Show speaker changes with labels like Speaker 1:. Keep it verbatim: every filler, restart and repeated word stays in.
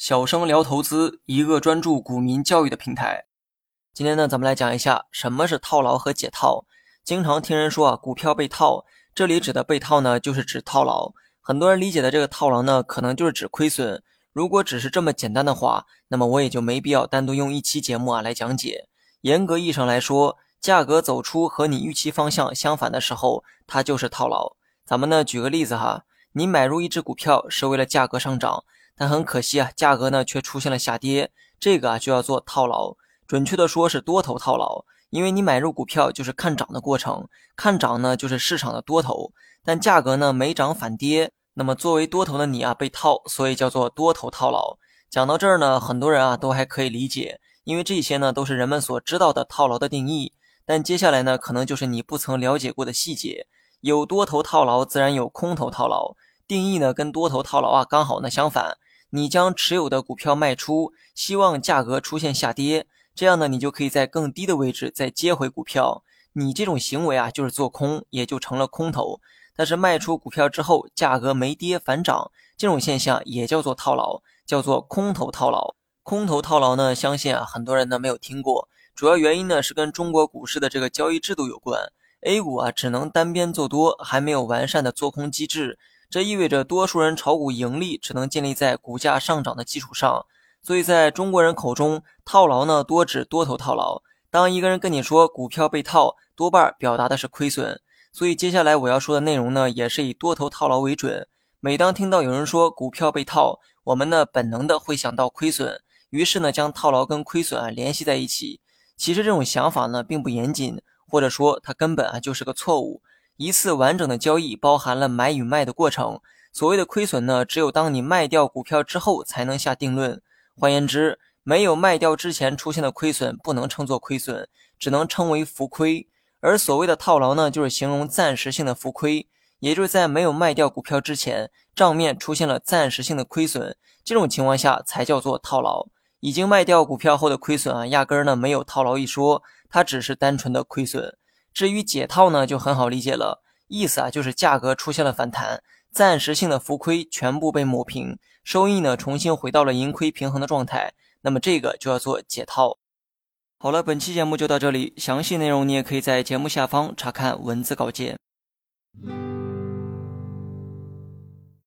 Speaker 1: 小生聊投资，一个专注股民教育的平台。今天呢，咱们来讲一下什么是套牢和解套。经常听人说啊，股票被套，这里指的被套呢，就是指套牢。很多人理解的这个套牢呢，可能就是指亏损。如果只是这么简单的话，那么我也就没必要单独用一期节目啊来讲解。严格意义上来说，价格走出和你预期方向相反的时候，它就是套牢。咱们呢举个例子哈，你买入一只股票是为了价格上涨，但很可惜啊，价格呢却出现了下跌，这个啊就要做套牢。准确的说是多头套牢，因为你买入股票就是看涨的过程，看涨呢就是市场的多头，但价格呢没涨反跌，那么作为多头的你啊被套，所以叫做多头套牢。讲到这儿呢，很多人啊都还可以理解，因为这些呢都是人们所知道的套牢的定义。但接下来呢，可能就是你不曾了解过的细节。有多头套牢，自然有空头套牢。定义呢跟多头套牢啊刚好呢相反。你将持有的股票卖出，希望价格出现下跌，这样呢你就可以在更低的位置再接回股票。你这种行为啊就是做空，也就成了空头。但是卖出股票之后，价格没跌反涨，这种现象也叫做套牢，叫做空头套牢。空头套牢呢，相信啊很多人呢没有听过，主要原因呢是跟中国股市的这个交易制度有关。A 股啊只能单边做多，还没有完善的做空机制，这意味着多数人炒股盈利只能建立在股价上涨的基础上。所以在中国人口中，套牢呢多指多头套牢。当一个人跟你说股票被套，多半表达的是亏损。所以接下来我要说的内容呢，也是以多头套牢为准。每当听到有人说股票被套，我们呢本能的会想到亏损，于是呢将套牢跟亏损啊联系在一起。其实这种想法呢并不严谨，或者说它根本啊就是个错误。一次完整的交易包含了买与卖的过程，所谓的亏损呢，只有当你卖掉股票之后才能下定论。换言之，没有卖掉之前出现的亏损不能称作亏损，只能称为浮亏。而所谓的套牢呢，就是形容暂时性的浮亏，也就是在没有卖掉股票之前，账面出现了暂时性的亏损，这种情况下才叫做套牢。已经卖掉股票后的亏损啊，压根儿呢没有套牢一说，它只是单纯的亏损。至于解套呢，就很好理解了，意思啊就是价格出现了反弹，暂时性的浮亏全部被抹平，收益呢重新回到了盈亏平衡的状态，那么这个就要做解套。好了，本期节目就到这里，详细内容你也可以在节目下方查看文字稿件。